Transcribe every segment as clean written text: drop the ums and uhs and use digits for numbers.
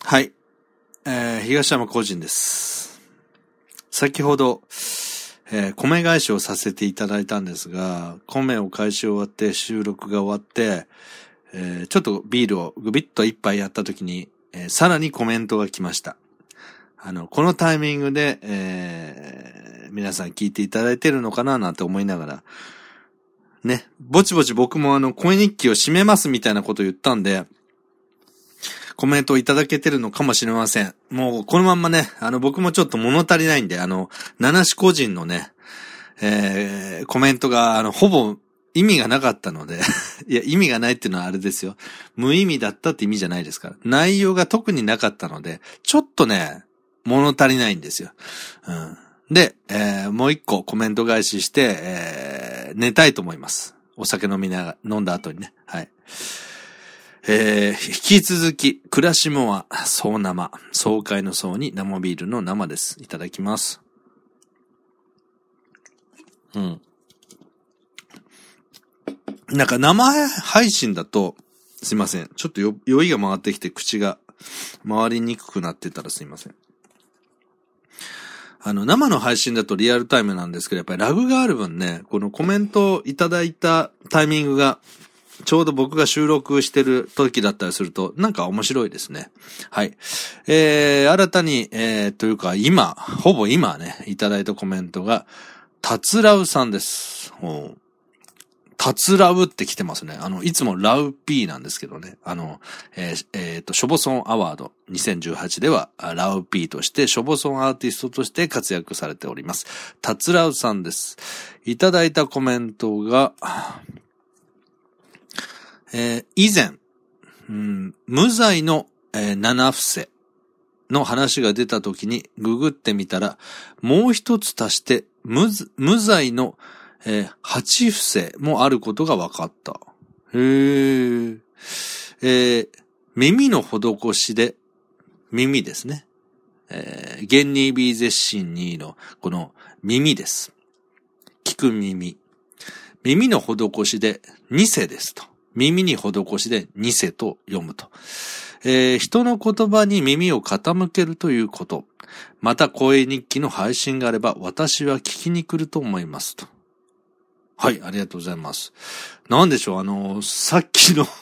はい。東山個人です。先ほど、米返しをさせていただいたんですが、米を返し終わって収録が終わって、ちょっとビールをグビッと一杯やった時に、さらにコメントが来ました。このタイミングで、皆さん聞いていただいてるのかななんて思いながら、ね、ぼちぼち僕も声日記を締めますみたいなことを言ったんで、コメントをいただけてるのかもしれません。もうこのまんまね、僕もちょっと物足りないんで、七種個人のね、コメントがほぼ意味がなかったので、いや意味がないっていうのはあれですよ。無意味だったって意味じゃないですから。内容が特になかったので、ちょっとね、物足りないんですよ。うん、で、もう一個コメント返しして、寝たいと思います。お酒飲んだ後にね。はい。引き続き、暮らしもは、そう生。爽快の爽に生ビールの生です。いただきます。うん。なんか生配信だと、すいません。ちょっと酔いが回ってきて口が回りにくくなってたらすいません。生の配信だとリアルタイムなんですけど、やっぱりラグがある分ね、このコメントをいただいたタイミングが、ちょうど僕が収録してる時だったりすると、なんか面白いですね。はい。新たに、というかほぼ今ね、いただいたコメントが、たつらうさんです。たつらうって来てますね。いつもラウピーなんですけどね。ショボソンアワード2018では、ラウピーとして、ショボソンアーティストとして活躍されております。たつらうさんです。いただいたコメントが、以前、無罪の、七伏せの話が出た時にググってみたら、もう一つ足して無罪の、八伏せもあることが分かった。耳の施しで、耳ですね。ゲンニービーゼッシン2のこの耳です。聞く耳。耳の施しで偽ですと。耳に施しで偽と読むと。人の言葉に耳を傾けるということ。また声日記の配信があれば私は聞きに来ると思いますと。はい、ありがとうございます。なんでしょう、さっきの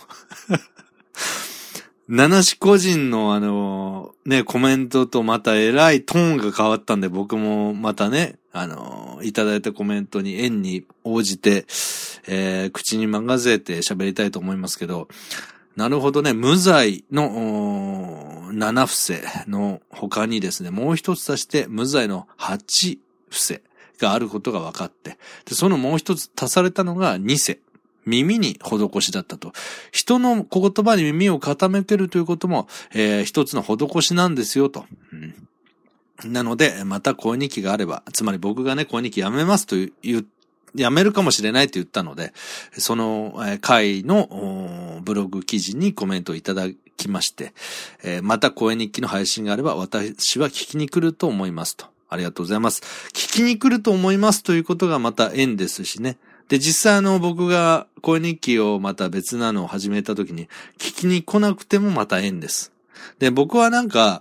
七種個人のね、コメントとまたえらいトーンが変わったんで、僕もまたね、いただいたコメントに縁に応じて、口に任せて喋りたいと思いますけど、なるほどね、無罪の七伏せの他にですね、もう一つ足して無罪の八伏せがあることが分かって、で、そのもう一つ足されたのが偽。耳に施しだったと。人の言葉に耳を傾けるということも、一つの施しなんですよと。なので、また声日記があれば、つまり僕がね、声日記やめますとやめるかもしれないと言ったので、その回のブログ記事にコメントをいただきまして、また声日記の配信があれば、私は聞きに来ると思いますと。ありがとうございます。聞きに来ると思いますということがまた縁ですしね。で、実際僕が声日記をまた別なのを始めた時に、聞きに来なくてもまた縁です。で、僕はなんか、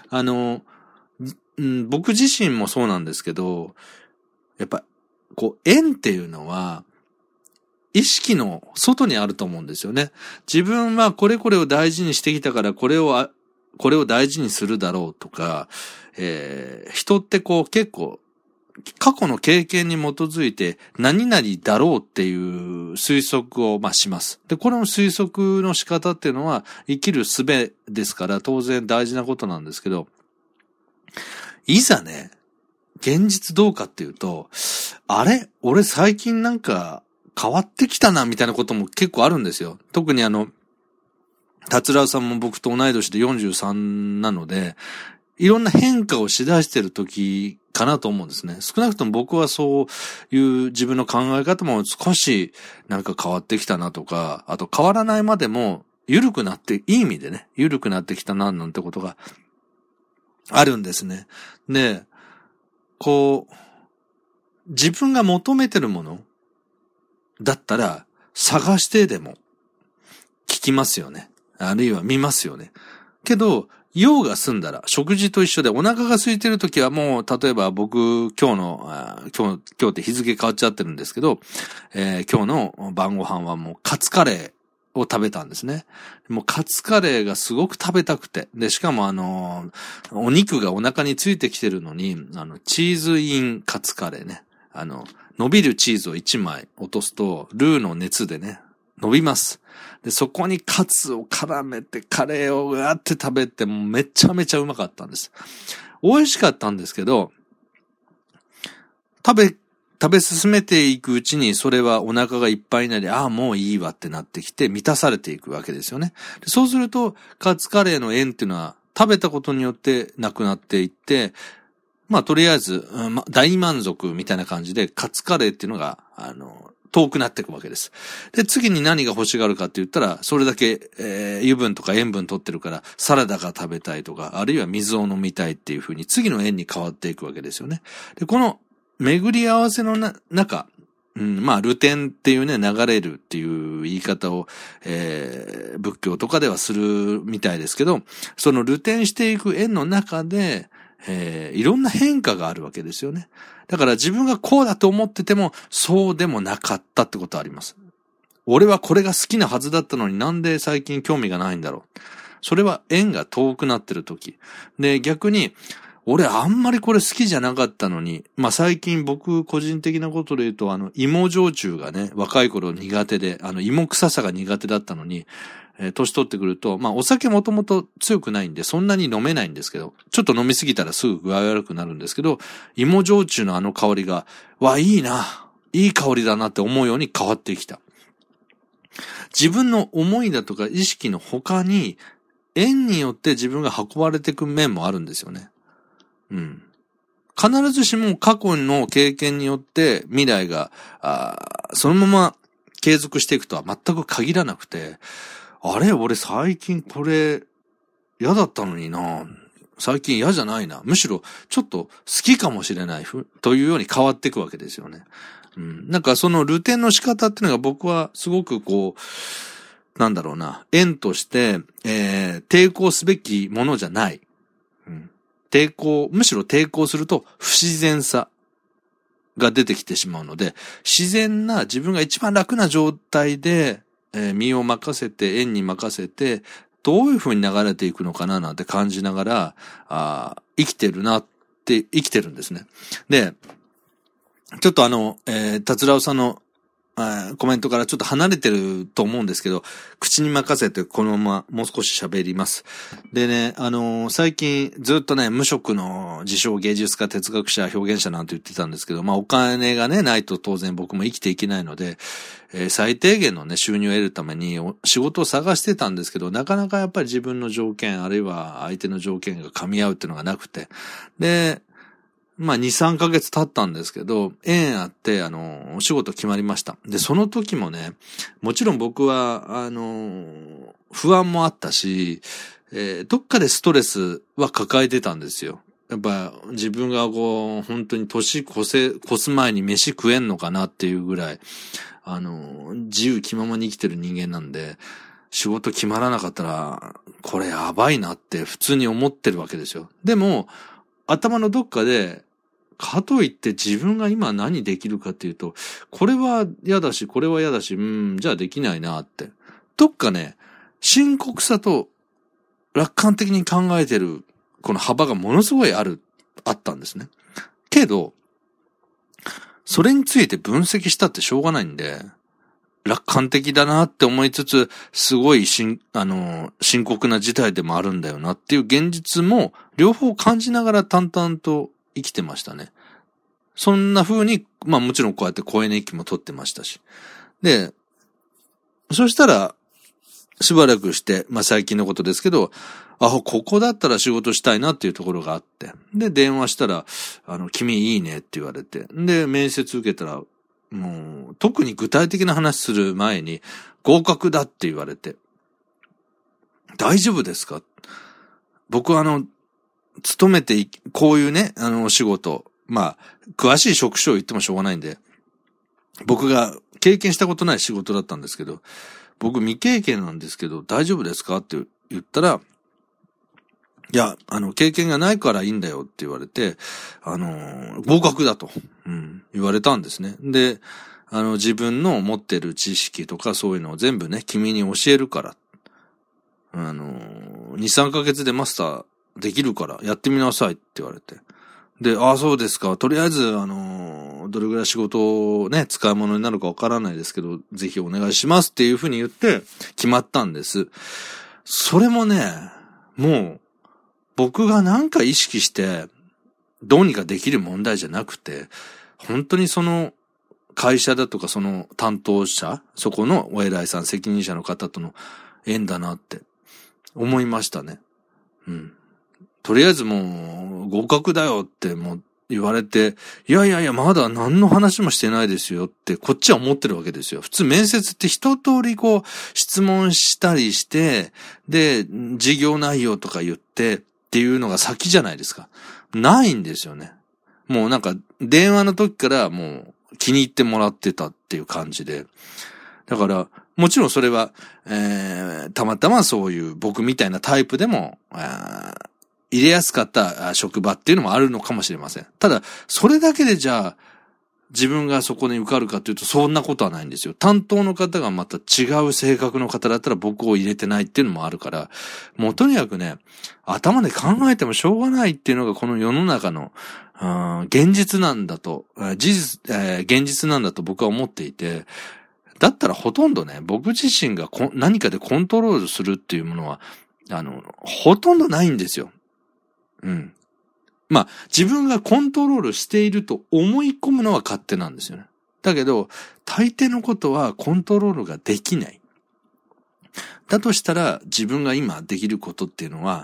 僕自身もそうなんですけど、やっぱ、縁っていうのは、意識の外にあると思うんですよね。自分はこれを大事にしてきたから、これを大事にするだろうとか、人って結構、過去の経験に基づいて何々だろうっていう推測をします。で、この推測の仕方っていうのは生きる術ですから当然大事なことなんですけど、いざね、現実どうかっていうと、あれ？俺最近なんか変わってきたなみたいなことも結構あるんですよ。特にたつらうさんも僕と同い年で43なので、いろんな変化をしだしてる時かなと思うんですね。少なくとも僕はそういう自分の考え方も少しなんか変わってきたなとか、あと変わらないまでも緩くなって、いい意味でね、緩くなってきたななんてことがあるんですね。で、自分が求めてるものだったら探してでも聞きますよね。あるいは見ますよね。けど、 用が済んだら、食事と一緒でお腹が空いてるときはもう、例えば僕、今日って日付変わっちゃってるんですけど、今日の晩ご飯はもうカツカレーを食べたんですね。もうカツカレーがすごく食べたくて。で、しかもお肉がお腹についてきてるのに、チーズインカツカレーね。伸びるチーズを1枚落とすと、ルーの熱でね、伸びます。で、そこにカツを絡めてカレーをうわって食べて、もうめちゃめちゃうまかったんです。美味しかったんですけど、食べ進めていくうちにそれはお腹がいっぱいになり、ああもういいわってなってきて満たされていくわけですよね。でそうすると、カツカレーの縁っていうのは食べたことによってなくなっていって、まあとりあえず、大満足みたいな感じでカツカレーっていうのが、遠くなっていくわけです。で、次に何が欲しがるかって言ったら、それだけ、油分とか塩分取ってるから、サラダが食べたいとか、あるいは水を飲みたいっていう風に、次の円に変わっていくわけですよね。で、この、巡り合わせの中、まあ、流転っていうね、流れるっていう言い方を、仏教とかではするみたいですけど、その流転していく円の中で、いろんな変化があるわけですよね。だから自分がこうだと思ってても、そうでもなかったってことはあります。俺はこれが好きなはずだったのになんで最近興味がないんだろう。それは縁が遠くなってる時。で、逆に、俺あんまりこれ好きじゃなかったのに、まあ最近僕個人的なことで言うと、芋焼酎がね、若い頃苦手で、芋臭さが苦手だったのに、年取ってくると、まあお酒もともと強くないんでそんなに飲めないんですけど、ちょっと飲みすぎたらすぐ具合悪くなるんですけど、芋焼酎の香りが、いいな、いい香りだなって思うように変わってきた。自分の思いだとか意識の他に、縁によって自分が運ばれていく面もあるんですよね。必ずしも過去の経験によって未来が、そのまま継続していくとは全く限らなくて、あれ俺最近これ嫌だったのにな。最近嫌じゃないな。むしろちょっと好きかもしれないというように変わっていくわけですよね。なんかその流転の仕方っていうのが僕はすごくなんだろうな、縁として、抵抗すべきものじゃない。むしろ抵抗すると不自然さが出てきてしまうので、自然な自分が一番楽な状態で、身を任せて、縁に任せて、どういう風に流れていくのかななんて感じながら、生きてるんですね。で、ちょっと達郎さんのコメントからちょっと離れてると思うんですけど、口に任せてこのままもう少し喋ります。でね、最近ずっとね、無職の自称芸術家、哲学者、表現者なんて言ってたんですけど、まあお金がね、ないと当然僕も生きていけないので、最低限のね、収入を得るために仕事を探してたんですけど、なかなかやっぱり自分の条件、あるいは相手の条件が噛み合うっていうのがなくて、で、まあ、2、3ヶ月経ったんですけど、縁あって、お仕事決まりました。で、その時もね、もちろん僕は、不安もあったし、どっかでストレスは抱えてたんですよ。やっぱ、自分が本当に年越す前に飯食えんのかなっていうぐらい、自由気ままに生きてる人間なんで、仕事決まらなかったら、これやばいなって普通に思ってるわけですよ。でも、頭のどっかで、かといって自分が今何できるかっていうと、これは嫌だし、これは嫌だし、じゃあできないなって。どっかね、深刻さと楽観的に考えてる、この幅がものすごいあったんですね。けど、それについて分析したってしょうがないんで、楽観的だなって思いつつ、すごい深刻な事態でもあるんだよなっていう現実も、両方感じながら淡々と生きてましたね。そんな風に、まあもちろんこうやって声日記も取ってましたし。で、そしたら、しばらくして、まあ最近のことですけど、ここだったら仕事したいなっていうところがあって。で、電話したら、君いいねって言われて。で、面接受けたら、もう、特に具体的な話する前に、合格だって言われて。大丈夫ですか？僕は勤めてこういうね、お仕事、まあ、詳しい職種を言ってもしょうがないんで、僕が経験したことない仕事だったんですけど、僕未経験なんですけど、大丈夫ですかって言ったら、 いや、経験がないからいいんだよって言われて、合格だと、言われたんですね。で、自分の持ってる知識とかそういうのを全部ね、君に教えるから。2、3ヶ月でマスターできるからやってみなさいって言われて。で、ああ、そうですか。とりあえず、どれぐらい仕事をね、使い物になるかわからないですけど、ぜひお願いしますっていうふうに言って決まったんです。それもね、もう、僕がなんか意識して、どうにかできる問題じゃなくて、本当にその会社だとかその担当者、そこのお偉いさん、責任者の方との縁だなって思いましたね。とりあえずもう合格だよってもう言われて、いやいやいや、まだ何の話もしてないですよってこっちは思ってるわけですよ。普通面接って一通りこう質問したりして、で、事業内容とか言ってっていうのが先じゃないですか。ないんですよね。もうなんか電話の時からもう気に入ってもらってたっていう感じで。だから、もちろんそれは、たまたまそういう僕みたいなタイプでも、入れやすかった職場っていうのもあるのかもしれません。ただ、それだけでじゃあ、自分がそこに受かるかというと、そんなことはないんですよ。担当の方がまた違う性格の方だったら僕を入れてないっていうのもあるから、もうとにかくね、頭で考えてもしょうがないっていうのがこの世の中の、現実なんだと、現実なんだと僕は思っていて、だったらほとんどね、僕自身が何かでコントロールするっていうものは、ほとんどないんですよ。まあ、自分がコントロールしていると思い込むのは勝手なんですよね。だけど、大抵のことはコントロールができない。だとしたら、自分が今できることっていうのは、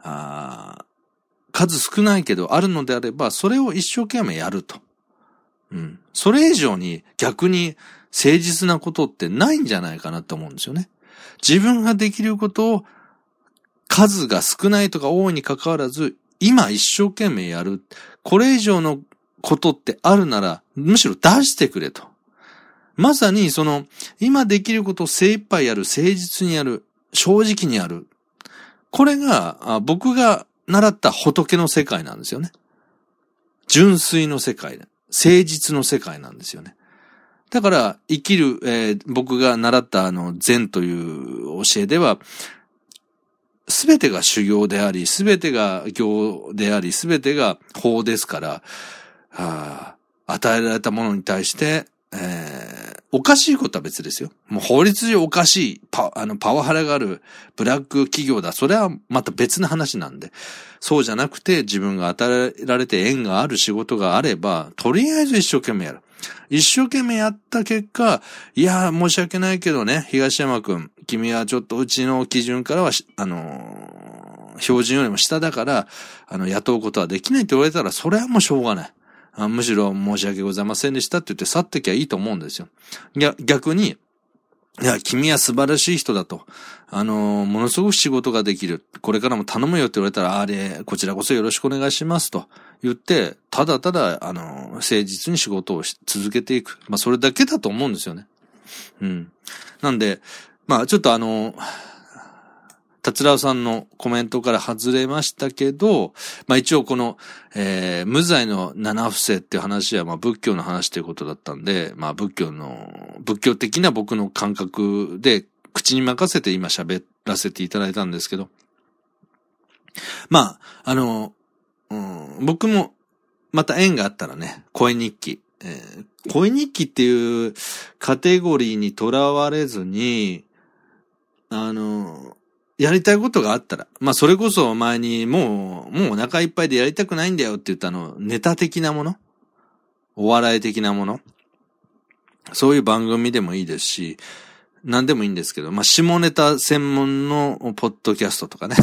数少ないけどあるのであれば、それを一生懸命やると。それ以上に逆に誠実なことってないんじゃないかなと思うんですよね。自分ができることを数が少ないとか多いに関わらず、今一生懸命やる。これ以上のことってあるなら、むしろ出してくれと。まさに今できることを精一杯やる、誠実にやる、正直にやる。これが、僕が習った仏の世界なんですよね。純粋の世界、誠実の世界なんですよね。だから、生きる、僕が習った禅という教えでは、すべてが修行であり、すべてが行であり、すべてが法ですから、与えられたものに対して、おかしいことは別ですよ。もう法律上おかしい、パワハラがある、ブラック企業だ。それはまた別の話なんで。そうじゃなくて、自分が与えられて縁がある仕事があれば、とりあえず一生懸命やる。一生懸命やった結果、いや、申し訳ないけどね、東山くん、君はちょっとうちの基準からは、標準よりも下だから、雇うことはできないって言われたら、それはもうしょうがない。むしろ申し訳ございませんでしたって言って去ってきゃいいと思うんですよ。逆に、いや、君は素晴らしい人だと。ものすごく仕事ができる。これからも頼むよって言われたら、こちらこそよろしくお願いしますと言って、ただただ、誠実に仕事を続けていく。まあ、それだけだと思うんですよね。なんで、まあ、ちょっと達郎さんのコメントから外れましたけど、まあ一応この、無罪の七伏せっていう話はまあ仏教の話ということだったんで、まあ仏教的な僕の感覚で口に任せて今喋らせていただいたんですけど、まあ、僕もまた縁があったらね、声日記、声日記っていうカテゴリーにとらわれずに、やりたいことがあったら、まあそれこそ前にもうお腹いっぱいでやりたくないんだよって言ったネタ的なもの、お笑い的なもの、そういう番組でもいいですし、何でもいいんですけど、まあ下ネタ専門のポッドキャストとかね。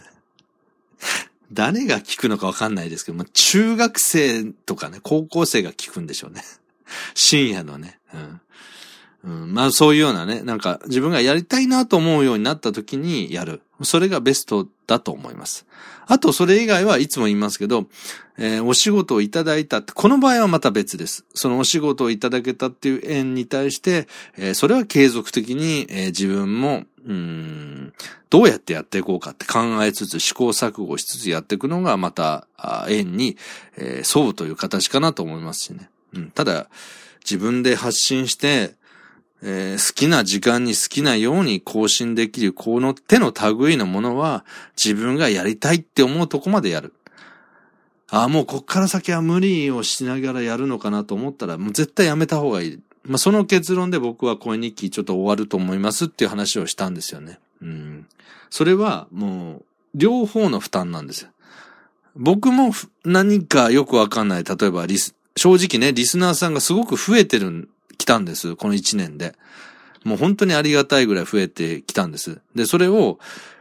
誰が聞くのかわかんないですけど、まあ中学生とかね、高校生が聞くんでしょうね。深夜のね。まあそういうようなね、なんか自分がやりたいなと思うようになった時にやる。それがベストだと思います。あとそれ以外はいつも言いますけど、お仕事をいただいたって、この場合はまた別です。そのお仕事をいただけたっていう縁に対して、それは継続的に、自分も、 どうやってやっていこうかって考えつつ、試行錯誤しつつやっていくのがまた、縁に、沿うという形かなと思いますしね。ただ、自分で発信して、好きな時間に好きなように更新できる、この手の類のものは、自分がやりたいって思うとこまでやる。もうこっから先は無理をしながらやるのかなと思ったら、もう絶対やめた方がいい。その結論で僕は声日記ちょっと終わると思いますっていう話をしたんですよね。それはもう、両方の負担なんですよ。僕も何かよくわかんない、例えば正直ね、リスナーさんがすごく増えてきたんです。この1年で。もう本当にありがたいぐらい増えてきたんです。で、それを、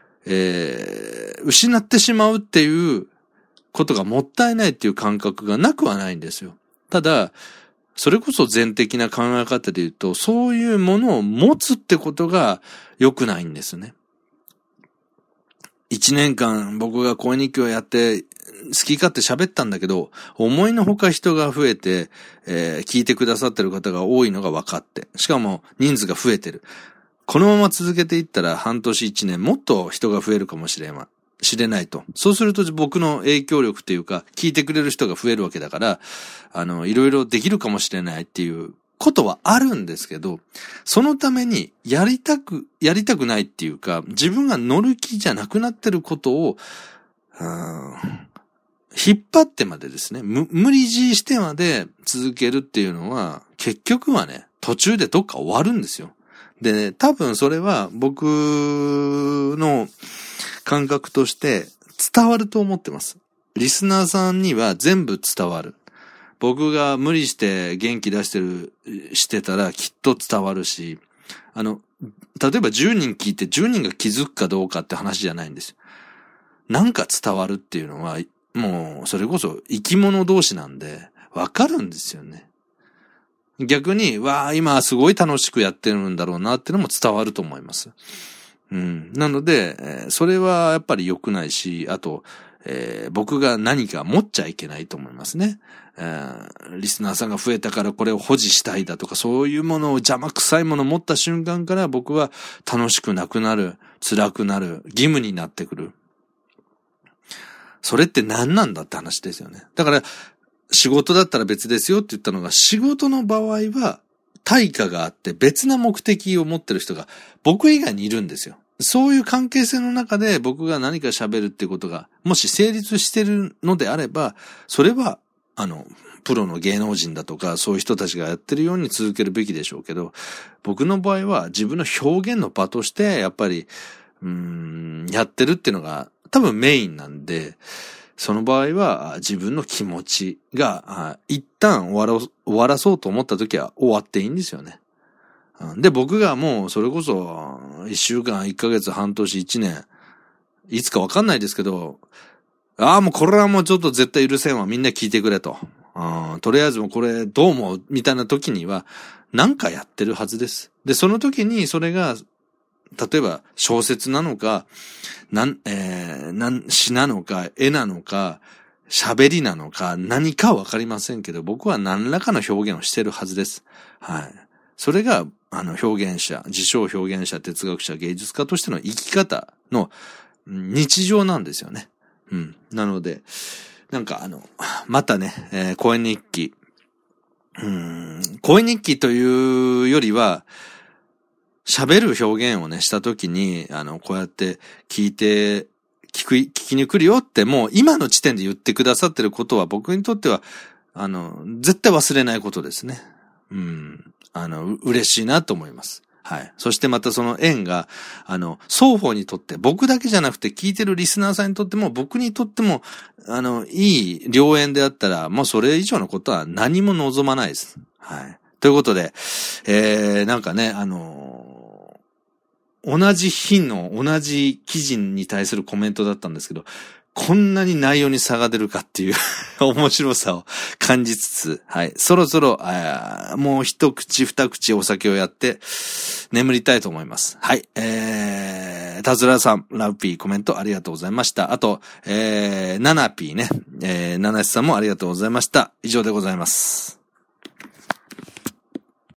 失ってしまうっていうことがもったいないっていう感覚がなくはないんですよ。ただ、それこそ全的な考え方で言うと、そういうものを持つってことが良くないんですね。1年間僕が声日記をやって好き勝手喋ったんだけど、思いのほか人が増えて、聞いてくださってる方が多いのが分かって、しかも人数が増えてる。このまま続けていったら半年1年もっと人が増えるかもしれないと。そうすると僕の影響力っていうか、聞いてくれる人が増えるわけだから、いろいろできるかもしれないっていうことはあるんですけど、そのためにやりたくないっていうか、自分が乗る気じゃなくなってることを、引っ張ってまでですね、無理強いしてまで続けるっていうのは、結局はね、途中でどっか終わるんですよ。でね、多分それは僕の感覚として伝わると思ってます。リスナーさんには全部伝わる。僕が無理して元気してたらきっと伝わるし、例えば10人聞いて10人が気づくかどうかって話じゃないんですよ。なんか伝わるっていうのは、もうそれこそ生き物同士なんでわかるんですよね。逆に、今すごい楽しくやってるんだろうなっていうのも伝わると思います。なので、それはやっぱり良くないし、あと、僕が何か持っちゃいけないと思いますね。リスナーさんが増えたからこれを保持したいだとか、そういうものを邪魔くさいものを持った瞬間から僕は楽しくなくなる、辛くなる、義務になってくる。それって何なんだって話ですよね。だから、仕事だったら別ですよって言ったのが、仕事の場合は対価があって別な目的を持ってる人が僕以外にいるんですよ。そういう関係性の中で僕が何か喋るっていうことがもし成立してるのであれば、それはプロの芸能人だとかそういう人たちがやってるように続けるべきでしょうけど、僕の場合は自分の表現の場としてやっぱりやってるっていうのが多分メインなんで、その場合は自分の気持ちが一旦終わらそうと思った時は終わっていいんですよね。で、僕がもうそれこそ1週間、1ヶ月、半年、1年、いつかわかんないですけど、もうこれはもうちょっと絶対許せんわ、みんな聞いてくれと。とりあえずもうこれどう思うみたいな時にはなんかやってるはずです。で、その時にそれが例えば小説なのか、詩なのか、絵なのか、喋りなのか、何かわかりませんけど、僕は何らかの表現をしてるはずです。はい。それが、表現者、自称表現者、哲学者、芸術家としての生き方の日常なんですよね。なので、なんかまたね、声日記。声日記というよりは、喋る表現をね、したときに、こうやって聞きに来るよってもう今の時点で言ってくださってることは僕にとっては、絶対忘れないことですね。嬉しいなと思います。はい。そしてまたその縁が、双方にとって、僕だけじゃなくて聞いてるリスナーさんにとっても、僕にとっても、いい良縁であったら、もうそれ以上のことは何も望まないです。はい。ということで、なんかね、同じ日の同じ記事に対するコメントだったんですけど、こんなに内容に差が出るかっていう面白さを感じつつ、はい、そろそろもう一口二口お酒をやって眠りたいと思います。はい、タズラさん、ラウピーコメントありがとうございました。あと、ナナピーね、ナナシさんもありがとうございました。以上でございます。